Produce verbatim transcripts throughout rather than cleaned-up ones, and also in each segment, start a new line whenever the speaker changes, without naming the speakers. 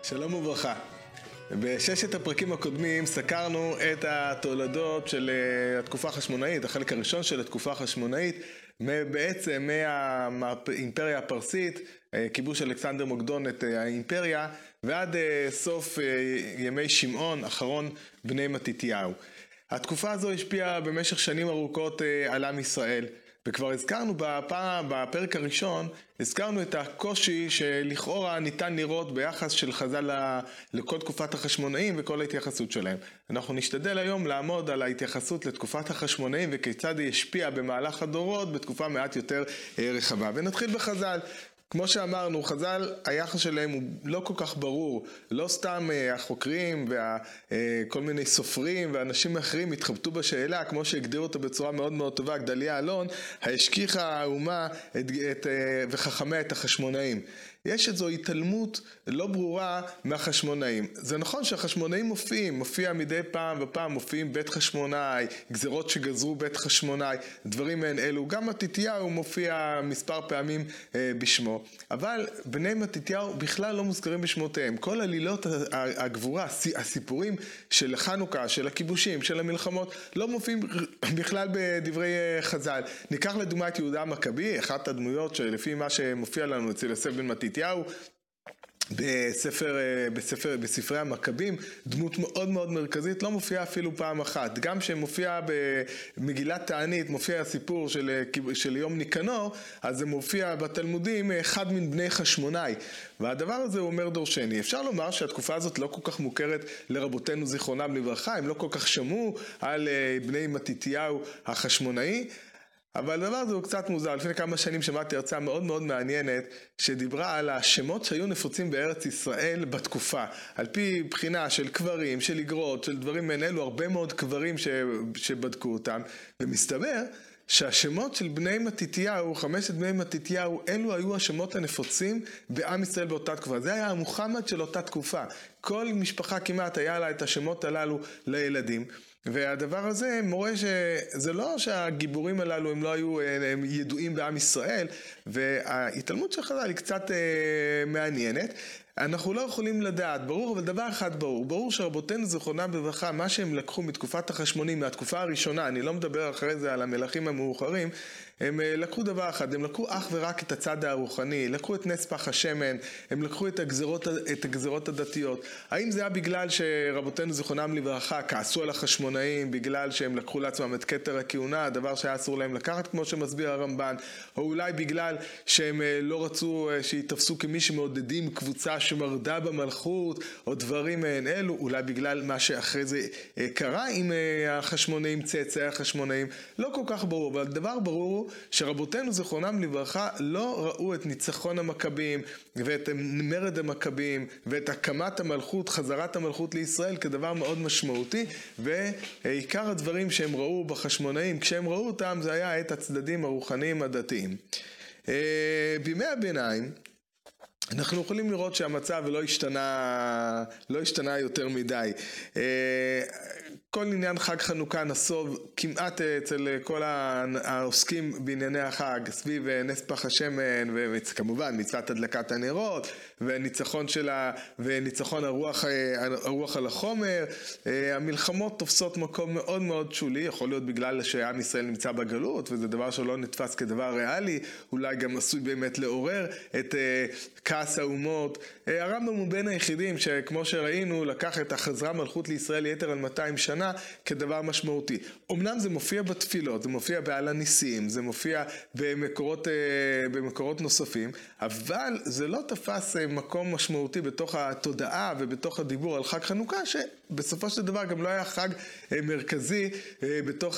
שלום וברכה. בששת הפרקים הקודמים סקרנו את התולדות של התקופה החשמונאית, החלק הראשון של התקופה החשמונאית, בעצם מהאימפריה הפרסית, כיבוש אלכסנדר מוקדון את האימפריה, ועד סוף ימי שמעון, אחרון בני מתתיהו. התקופה הזו השפיעה במשך שנים ארוכות על עם ישראל, וכבר הזכרנו בפעם, בפרק הראשון, הזכרנו את הקושי שלכאורה ניתן לראות ביחס של חז"ל לכל תקופת החשמונאים וכל ההתייחסות שלהם. אנחנו נשתדל היום לעמוד על ההתייחסות לתקופת החשמונאים וכיצד היא השפיעה במהלך הדורות בתקופה מעט יותר רחבה. ונתחיל בחז"ל. כמו שאמרנו, חז"ל, היחס שלהם הוא לא כל כך ברור. לא סתם החוקרים וכל מיני סופרים ואנשים אחרים התחבטו בשאלה, כמו שהגדירו אותה בצורה מאוד מאוד טובה, גדליה אלון, השכיחה האומה את, את, וחכמיה את החשמונאים. יש איזו התעלמות לא ברורה מהחשמונאים. זה נכון שהחשמונאים מופיעים, מופיע מדי פעם ופעם, מופיעים בית חשמונאי, גזרות שגזרו בית חשמונאי, דברים מהן אלו. גם מתתיהו מופיע מספר פעמים אה, בשמו. אבל בני מתתיהו בכלל לא מוזכרים בשמותיהם. כל עלילות הגבורה, הסיפורים של חנוכה, של הכיבושים, של המלחמות, לא מופיעים בכלל בדברי חז"ל. ניקח לדוגמה את יהודה המכבי, אחת הדמויות שלפי מה שמופיע לנו אצל יוסף בן מתתיהו, בספר, בספר, בספרי המכבים, דמות מאוד מאוד מרכזית, לא מופיעה אפילו פעם אחת. גם שמופיע במגילת תענית, מופיע הסיפור של, של יום ניקנור, אז זה מופיע בתלמודים אחד מן בני חשמונאי. והדבר הזה הוא אומר דורשני. אפשר לומר שהתקופה הזאת לא כל כך מוכרת לרבותינו זיכרונם לברכה, הם לא כל כך שמעו על בני מתתיהו החשמונאי, אבל הדבר הזה הוא קצת מוזר. לפני כמה שנים שמעתי הרצאה מאוד מאוד מעניינת שדיברה על השמות שהיו נפוצים בארץ ישראל בתקופה. על פי בחינה של קברים, של אגרות, של דברים מעין אלו, הרבה מאוד קברים ש... שבדקו אותם. ומסתבר שהשמות של בני מתתיהו, חמשת בני מתתיהו, אלו היו השמות הנפוצים בעם ישראל באותה תקופה. זה היה המוחמד של אותה תקופה. כל משפחה כמעט היה לה את השמות הללו לילדים. והדבר הזה מורה שזה לא שהגיבורים הללו הם לא היו הם ידועים בעם ישראל, וההתעלמות של חז"ל היא קצת מעניינת. אנחנו לא יכולים לדעת, ברור, אבל דבר אחד ברור, ברור שרבותינו זיכרונם לברכה, מה שהם לקחו מתקופת החשמונאים, מהתקופה הראשונה, אני לא מדבר אחרי זה על המלכים המאוחרים, הם לקחו דבר אחד, הם לקחו אך ורק את הצד הרוחני, לקחו את נס פח השמן, הם לקחו את הגזרות, את הגזרות הדתיות. האם זה היה בגלל שרבותינו זיכרונם לברכה כעסו על החשמונאים, בגלל שהם לקחו לעצמם את כתר הכהונה, הדבר שהיה אסור להם לקחת, כמו שמסביר הרמב"ן, או אולי בגלל שהם לא רצו שיתפסו כמי שמעודדים קבוצה שמרדה במלכות, או דברים מהן אלו, אולי בגלל מה שאחרי זה קרה עם החשמונאים, צאצאי החשמונאים, לא כל כך ברור, אבל דבר ברור שרבותינו זיכרונם לברכה לא ראו את ניצחון המכבים ואת מרד המכבים ואת הקמת המלכות, חזרת המלכות לישראל כדבר מאוד משמעותי, ועיקר הדברים שהם ראו בחשמונאים, כשהם ראו אותם זה היה את הצדדים הרוחניים הדתיים. בימי הביניים אנחנו יכולים לראות שהמצב לא השתנה, לא השתנה יותר מדי. כל עניין חג חנוכה נסוב כמעט אצל כל העוסקים בענייני החג, סביב נס פח השמן, וכמובן מצוות הדלקת הנרות, וניצחון שלה, וניצחון הרוח, הרוח על החומר. המלחמות תופסות מקום מאוד מאוד שולי, יכול להיות בגלל שעם ישראל נמצא בגלות, וזה דבר שלא נתפס כדבר ריאלי, אולי גם עשוי באמת לעורר את כעס האומות. הרמב"ם הוא בין היחידים שכמו שראינו לקח את החזרה מלכות לישראל יתר על מאתיים שנה כדבר משמעותי. אמנם זה מופיע בתפילות, זה מופיע בעל הניסים, זה מופיע במקורות, במקורות נוספים, אבל זה לא תפס מקום משמעותי בתוך התודעה ובתוך הדיבור על חג חנוכה, שבסופו של דבר גם לא היה חג מרכזי בתוך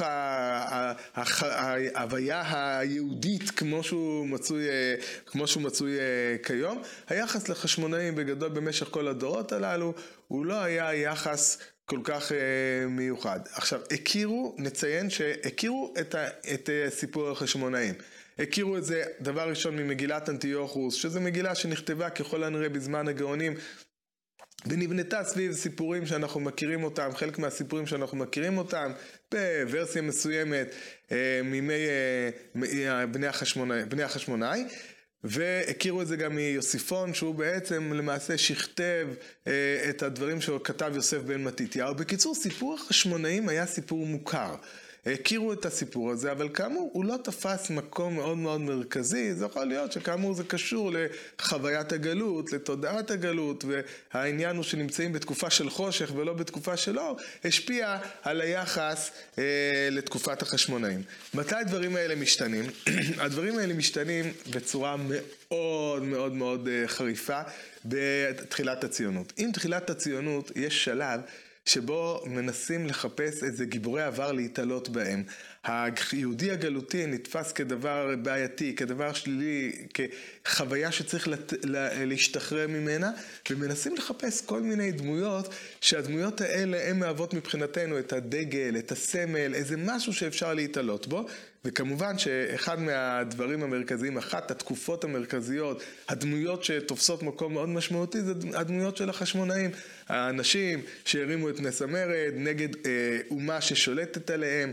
ההוויה היהודית כמו שהוא מצוי, כמו שהוא מצוי כיום. היחס לחשמונאים בגדול במשך כל הדורות הללו הוא לא היה יחס כל כך uh, מיוחד. עכשיו, הכירו, נציין שהכירו את, ה, את uh, סיפור החשמונאים. הכירו את זה דבר ראשון ממגילת אנטיוכוס, שזו מגילה שנכתבה ככל הנראה בזמן הגאונים, ונבנתה סביב סיפורים שאנחנו מכירים אותם, חלק מהסיפורים שאנחנו מכירים אותם, בוורסיה מסוימת, uh, מימי uh, בני החשמונאי, בני החשמונאי. והכירו את זה גם מיוסיפון, שהוא בעצם למעשה שכתב את הדברים שכתב יוסף בן מתתיהו. בקיצור, סיפור החשמונאים היה סיפור מוכר. הכירו את הסיפור הזה, אבל כאמור הוא לא תפס מקום מאוד מאוד מרכזי. זה יכול להיות שכאמור זה קשור לחוויית הגלות, לתודעת הגלות, והעניין הוא שנמצאים בתקופה של חושך ולא בתקופה של אור, השפיע על היחס אה, לתקופת החשמונאים. מתי הדברים האלה משתנים? הדברים האלה משתנים בצורה מאוד מאוד מאוד חריפה בתחילת הציונות. עם תחילת הציונות יש שלב שבו מנסים לחפש איזה גיבורי עבר להתעלות בהם. היהודי הגלותי נתפס כדבר בעייתי, כדבר שלילי, כחוויה שצריך לת... להשתחרר ממנה, ומנסים לחפש כל מיני דמויות, שהדמויות האלה הן מהוות מבחינתנו את הדגל, את הסמל, איזה משהו שאפשר להתעלות בו. וכמובן שאחד מהדברים המרכזיים, אחת התקופות המרכזיות, הדמויות שתופסות מקום מאוד משמעותי, זה הדמויות של החשמונאים. האנשים שהרימו את נס המרד נגד אה, אומה ששולטת עליהם.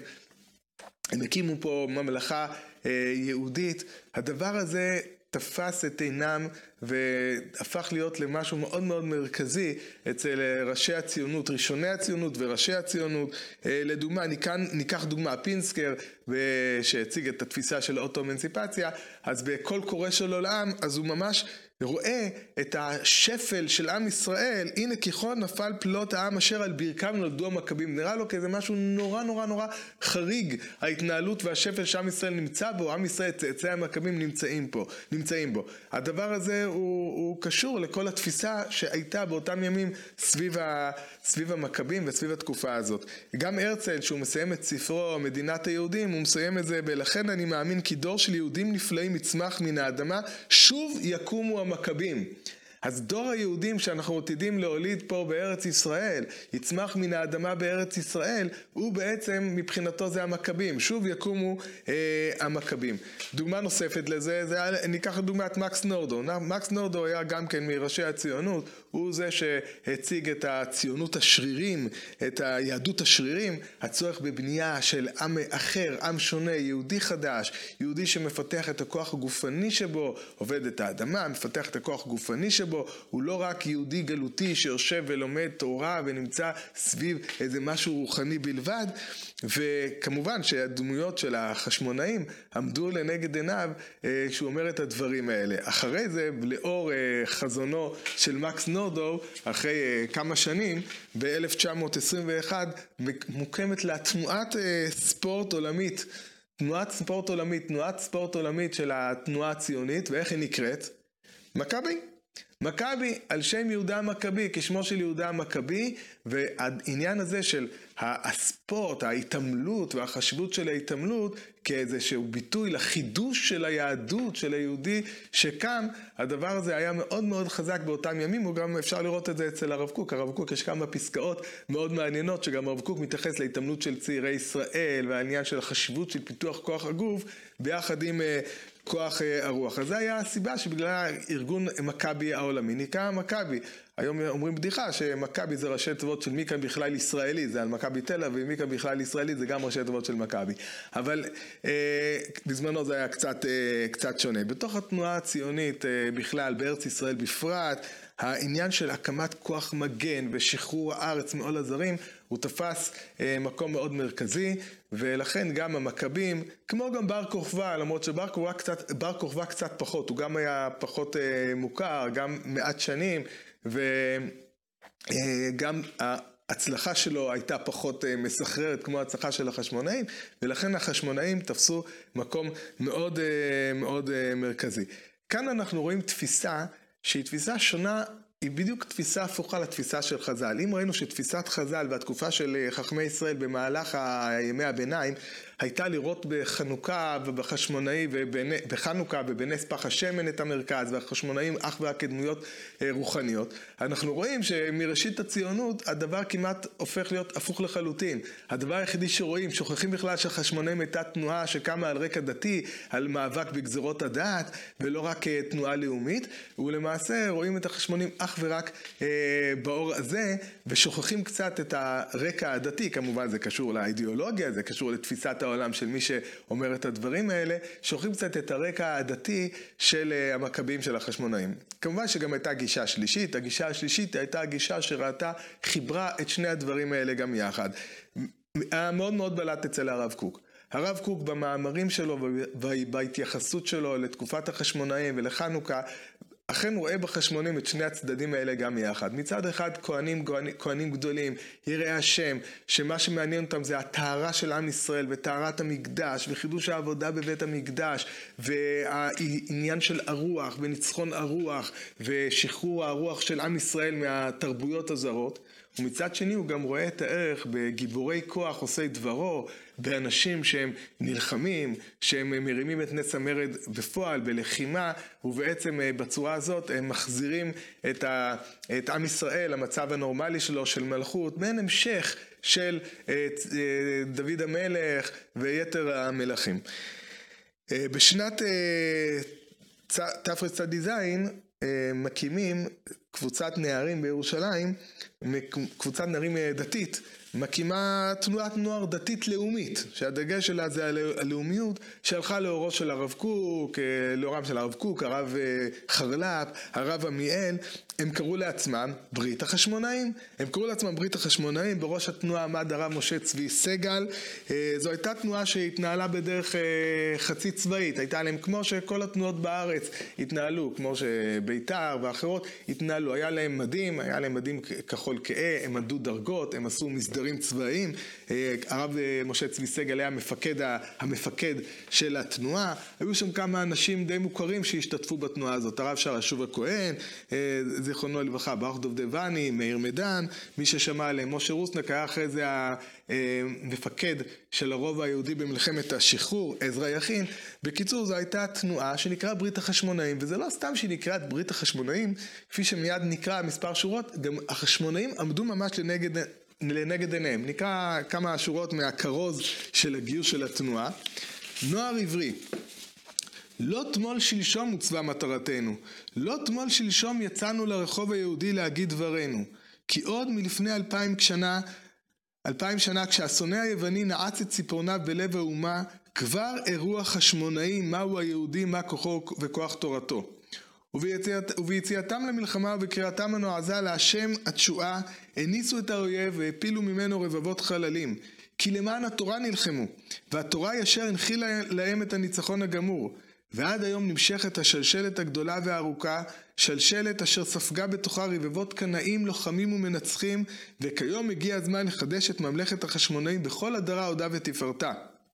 הם הקימו פה ממלכה אה, יהודית. הדבר הזה תפס את עינם והפך להיות למשהו מאוד מאוד מרכזי אצל ראשי הציונות, ראשוני הציונות וראשי הציונות. לדוגמה, ניקח דוגמה, פינסקר שהציג את התפיסה של האוטו-אמנסיפציה, אז בכל קורא של עולם, אז הוא ממש רואה את השפל של עם ישראל, הנה כיכון נפל פלוט העם אשר על ברכם נולדו המכבים. נראה לו כאיזה משהו נורא נורא נורא חריג, ההתנהלות והשפל שעם ישראל נמצא בו, עם ישראל צאצאי המכבים נמצאים פה, נמצאים בו. הדבר הזה הוא, הוא קשור לכל התפיסה שהייתה באותם ימים סביב, ה, סביב המכבים וסביב התקופה הזאת. גם הרצל, שהוא מסיים את ספרו מדינת היהודים, הוא מסיים את זה בלכן אני מאמין כי דור של יהודים נפלאים יצמח מן האדמה, שוב יקומו המכבים. אז דור היהודים שאנחנו עתידים להוליד פה בארץ ישראל, יצמח מן האדמה בארץ ישראל, הוא בעצם מבחינתו זה המכבים, שוב יקומו אה, המכבים. דוגמה נוספת לזה, זה, ניקח דוגמת מקס נורדאו. מקס נורדאו היה גם כן מראשי הציונות, הוא זה שהציג את הציונות השרירים, את היהדות השרירים, הצורך בבנייה של עם אחר, עם שונה, יהודי חדש, יהודי שמפתח את הכוח הגופני שבו, עובד את האדמה, מפתח את הכוח הגופני שבו, הוא לא רק יהודי גלותי שיושב ולומד תורה ונמצא סביב איזה משהו רוחני בלבד. וכמובן שהדמויות של החשמונאים עמדו לנגד עיניו שהוא אומר את הדברים האלה. אחרי זה, לאור חזונו של מקס נורדאו, אחרי כמה שנים, ב-אלף תשע מאות עשרים ואחת מוקמת לה תנועת ספורט עולמית, תנועת ספורט עולמית, תנועת ספורט עולמית של התנועה הציונית, ואיך היא נקראת? מכבי. מכבי על שם יהודה המכבי, כשמו של יהודה המכבי, והעניין הזה של הספורט, ההתעמלות והחשיבות של ההתעמלות, כאיזשהו ביטוי לחידוש של היהדות של היהודי שקם, הדבר הזה היה מאוד מאוד חזק באותם ימים, וגם אפשר לראות את זה אצל הרב קוק. הרב קוק יש כמה פסקאות מאוד מעניינות, שגם הרב קוק מתייחס להתעמלות של צעירי ישראל, והעניין של החשיבות של פיתוח כוח הגוף, ביחד עם כוח הרוח. אז זה היה הסיבה שבגלל ארגון מכבי העולמי נקרא מכבי. היום אומרים בדיחה שמכבי זה ראשי תיבות של מיקה בכלל ישראלי, זה על מכבי תל אביב, ומיקה בכלל ישראלי זה גם ראשי תיבות של מכבי. אבל אה, בזמנו זה היה קצת, אה, קצת שונה. בתוך התנועה הציונית אה, בכלל, בארץ ישראל בפרט, העניין של הקמת כוח מגן ושחרור הארץ מעול הזרים, הוא תפס אה, מקום מאוד מרכזי, ולכן גם המכבים, כמו גם בר כוכבא, למרות שבר כוכבא קצת, בר כוכבא קצת פחות, הוא גם היה פחות אה, מוכר, גם מעט שנים, וגם ההצלחה שלו הייתה פחות מסחררת כמו ההצלחה של החשמונאים, ולכן החשמונאים תפסו מקום מאוד מאוד מרכזי. כאן אנחנו רואים תפיסה שהיא תפיסה שונה, היא בדיוק תפיסה הפוכה לתפיסה של חז"ל. אם ראינו שתפיסת חז"ל והתקופה של חכמי ישראל במהלך ימי הביניים הייתה לראות בחנוכה ובחשמונאי ובחנוכה ובנס פח השמן את המרכז, והחשמונאים אך ורק כדמויות רוחניות, אנחנו רואים שמראשית הציונות הדבר כמעט הופך להיות הפוך לחלוטין. הדבר היחידי שרואים, שוכחים בכלל שהחשמונאים הייתה תנועה שקמה על רקע דתי, על מאבק בגזרות הדעת, ולא רק תנועה לאומית, ולמעשה רואים את החשמונאים אך ורק אה, באור הזה, ושוכחים קצת את הרקע הדתי. כמובן זה קשור לאידיאולוגיה, זה קשור לתפיסת העולם של מי שאומר את הדברים האלה, שוכחים קצת את הרקע הדתי של המכבים של החשמונאים. כמובן שגם הייתה גישה שלישית, הגישה השלישית הייתה הגישה שראתה, חיברה את שני הדברים האלה גם יחד. מאוד מאוד בלט אצל הרב קוק. הרב קוק במאמרים שלו ובהתייחסות שלו לתקופת החשמונאים ולחנוכה, אכן רואה בחשמונים את שני הצדדים האלה גם יחד. מצד אחד כהנים, כהנים גדולים, יראי השם, שמה שמעניין אותם זה הטהרה של עם ישראל וטהרת המקדש וחידוש העבודה בבית המקדש והעניין של הרוח וניצחון הרוח ושחרור הרוח של עם ישראל מהתרבויות הזרות. ומצד שני הוא גם רואה את הערך בגיבורי כוח עושי דברו, באנשים שהם נלחמים, שהם מרימים את נס המרד בפועל, בלחימה, ובעצם בצורה הזאת הם מחזירים את, ה, את עם ישראל, המצב הנורמלי שלו, של מלכות, בין המשך של דוד המלך ויתר המלכים. בשנת תרצ"ז מקימים קבוצת נערים בירושלים, קבוצת נערים דתית, מקימה תנועת נוער דתית לאומית, שהדגש שלה זה הלאומיות שהלכה לאורו של הרב קוק, לאורם של הרב קוק, הרב חרל"פ, הרב עמיאל. הם קראו לעצמם ברית החשמונאים. הם קראו לעצמם ברית החשמונאים, בראש התנועה עמד הרב משה צבי סגל. זו הייתה תנועה שהתנהלה בדרך חצי צבאית, הייתה להם כמו שכל התנועות בארץ התנהלו, כמו שביתר ואחרות התנהלו, היה להם מדים, היה להם מדים כחול כהה, הם עדו דרגות, הם עשו מסדרים צבאיים. הרב משה צבי סגל היה המפקד, המפקד של התנועה. היו שם כמה אנשים די מוכרים שהשתתפו בתנועה הזאת, הרב שר שוב הכהן, זיכרונו לברכה, ברוך דובדבני, מאיר מדן, מי ששמע עליהם, משה רוסנק, היה אחרי זה המפקד של הרובע היהודי במלחמת השחרור, עזרא יכין. בקיצור, זו הייתה תנועה שנקרא ברית החשמונאים, וזה לא סתם שהיא נקראת ברית החשמונאים, כפי שמיד נקרא מספר שורות, גם החשמונאים עמדו ממש לנגד, לנגד עיניהם. נקרא כמה שורות מהכרוז של הגיוס של התנועה. נוער עברי. לא תמול שלשום הוצבה מטרתנו, לא תמול שלשום יצאנו לרחוב היהודי להגיד דברנו, כי עוד מלפני אלפיים שנה, אלפיים שנה כשהשונא היווני נעץ את ציפורניו בלב האומה, כבר אירוע חשמונאי מהו היהודי, מה כוחו וכוח תורתו. וביציאת, וביציאתם למלחמה ובקריאתם הנועזה להשם התשועה, הניסו את האויב והפילו ממנו רבבות חללים. כי למען התורה נלחמו, והתורה ישר הנחילה להם את הניצחון הגמור. ועד היום נמשכת השלשלת הגדולה והארוכה, שלשלת אשר ספגה בתוכה רבבות קנאים, לוחמים ומנצחים, וכיום הגיע הזמן לחדש את ממלכת החשמונאים בכל הדרה, הודה ותפארתה.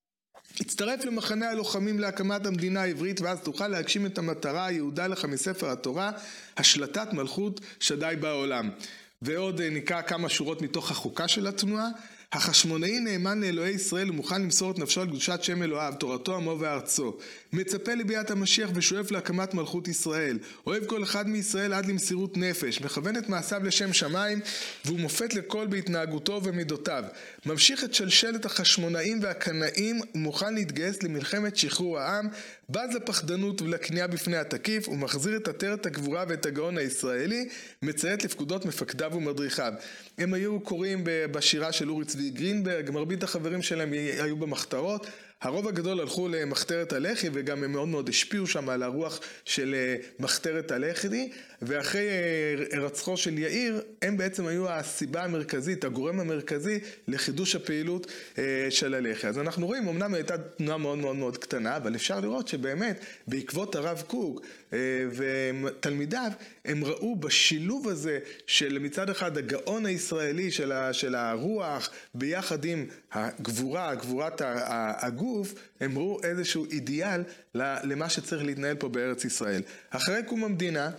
הצטרף למחנה הלוחמים להקמת המדינה העברית, ואז תוכל להגשים את המטרה היהודה לך מספר התורה, השלטת מלכות שדי בעולם. ועוד נקרא כמה שורות מתוך החוקה של התנועה. החשמונאי נאמן לאלוהי ישראל ומוכן למסור את נפשו על קדושת שם אלוהיו, תורתו עמו וארצו. מצפה לביאת המשיח ושואף להקמת מלכות ישראל. אוהב כל אחד מישראל עד למסירות נפש. מכוון את מעשיו לשם שמיים והוא מופת לכל בהתנהגותו ומידותיו. ממשיך את שלשלת החשמונאים והקנאים ומוכן להתגייס למלחמת שחרור העם. בז לפחדנות ולכניעה בפני התקיף ומחזיר את עטרת הגבורה ואת הגאון הישראלי. מציית לפקודות מפקדיו ומדריכיו. הם היו קוראים בשירה של אורי צבי גרינברג, מרבית החברים שלהם היו במחתרות. הרוב הגדול הלכו למחתרת הלח"י וגם הם מאוד מאוד השפיעו שם על הרוח של מחתרת הלח"י, ואחרי רצחו של יאיר הם בעצם היו הסיבה המרכזית, הגורם המרכזי לחידוש הפעילות של הלח"י. אז אנחנו רואים, אמנם הייתה תנועה מאוד מאוד מאוד קטנה, אבל אפשר לראות שבאמת בעקבות הרב קוק ותלמידיו הם ראו בשילוב הזה של מצד אחד הגאון הישראלי של, ה, של הרוח ביחד עם הגבורה, גבורת הגוף, הם ראו איזשהו אידיאל למה שצריך להתנהל פה בארץ ישראל. אחרי קום המדינה,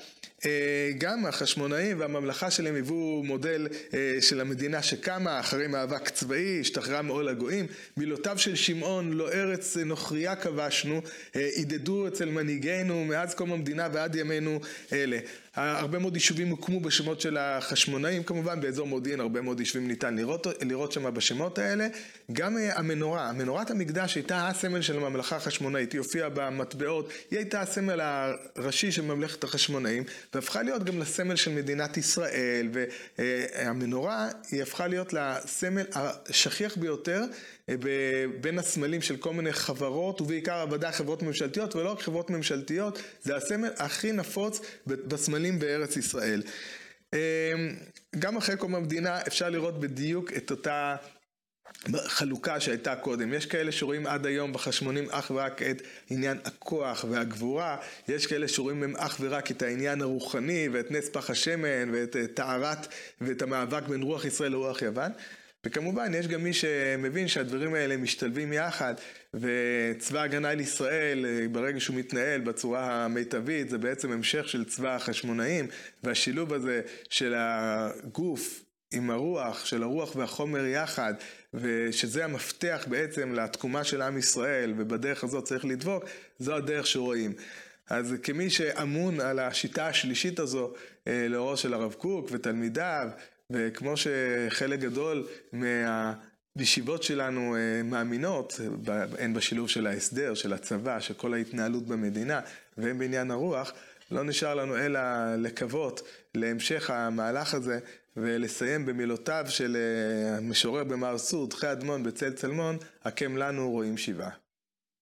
גם החשמונאים והממלכה שלהם היוו מודל של המדינה שקמה אחרי מאבק צבאי, השתחררה מעול הגויים. מילותיו של שמעון, לא ארץ נוכריה כבשנו, עידדו אצל מנהיגינו מאז קום המדינה ועד ימינו אלה. הרבה מאוד יישובים הוקמו בשמות של החשמונאים, כמובן באזור מודיעין הרבה מאוד יישובים ניתן לראות, לראות שם בשמות האלה. גם המנורה, מנורת המקדש הייתה הסמל של הממלכה החשמונאית, היא הופיעה במטבעות, היא הייתה הסמל הראשי של ממלכת החשמונאים, והפכה להיות גם לסמל של מדינת ישראל, והמנורה היא הפכה להיות לסמל השכיח ביותר בין הסמלים של כל מיני חברות, ובעיקר ודאי חברות ממשלתיות, ולא רק חברות ממשלתיות, זה הסמל הכי נפוץ בסמלים בארץ ישראל. גם אחרי קום המדינה אפשר לראות בדיוק את אותה חלוקה שהייתה קודם. יש כאלה שרואים עד היום בחשמונים אך ורק את עניין הכוח והגבורה, יש כאלה שרואים הם אך ורק את העניין הרוחני ואת נס פח השמן ואת טהרת ואת המאבק בין רוח ישראל לרוח יוון. וכמובן יש גם מי שמבין שהדברים האלה משתלבים יחד, וצבא הגנה לישראל ברגע שהוא מתנהל בצורה המיטבית זה בעצם המשך של צבא החשמונאים, והשילוב הזה של הגוף עם הרוח, של הרוח והחומר יחד, ושזה המפתח בעצם לתקומה של עם ישראל, ובדרך הזאת צריך לדבוק, זו הדרך שרואים. אז כמי שאמון על השיטה השלישית הזו לאורו של הרב קוק ותלמידיו, וכמו שחלק גדול מהישיבות שלנו מאמינות, הן בשילוב של ההסדר, של הצבא, של כל ההתנהלות במדינה, והן בעניין הרוח, לא נשאר לנו אלא לקוות להמשך המהלך הזה, ולסיים במילותיו של המשורר במער סוד, חי אדמון בצל צלמון, הקם לנו רואים שיבה.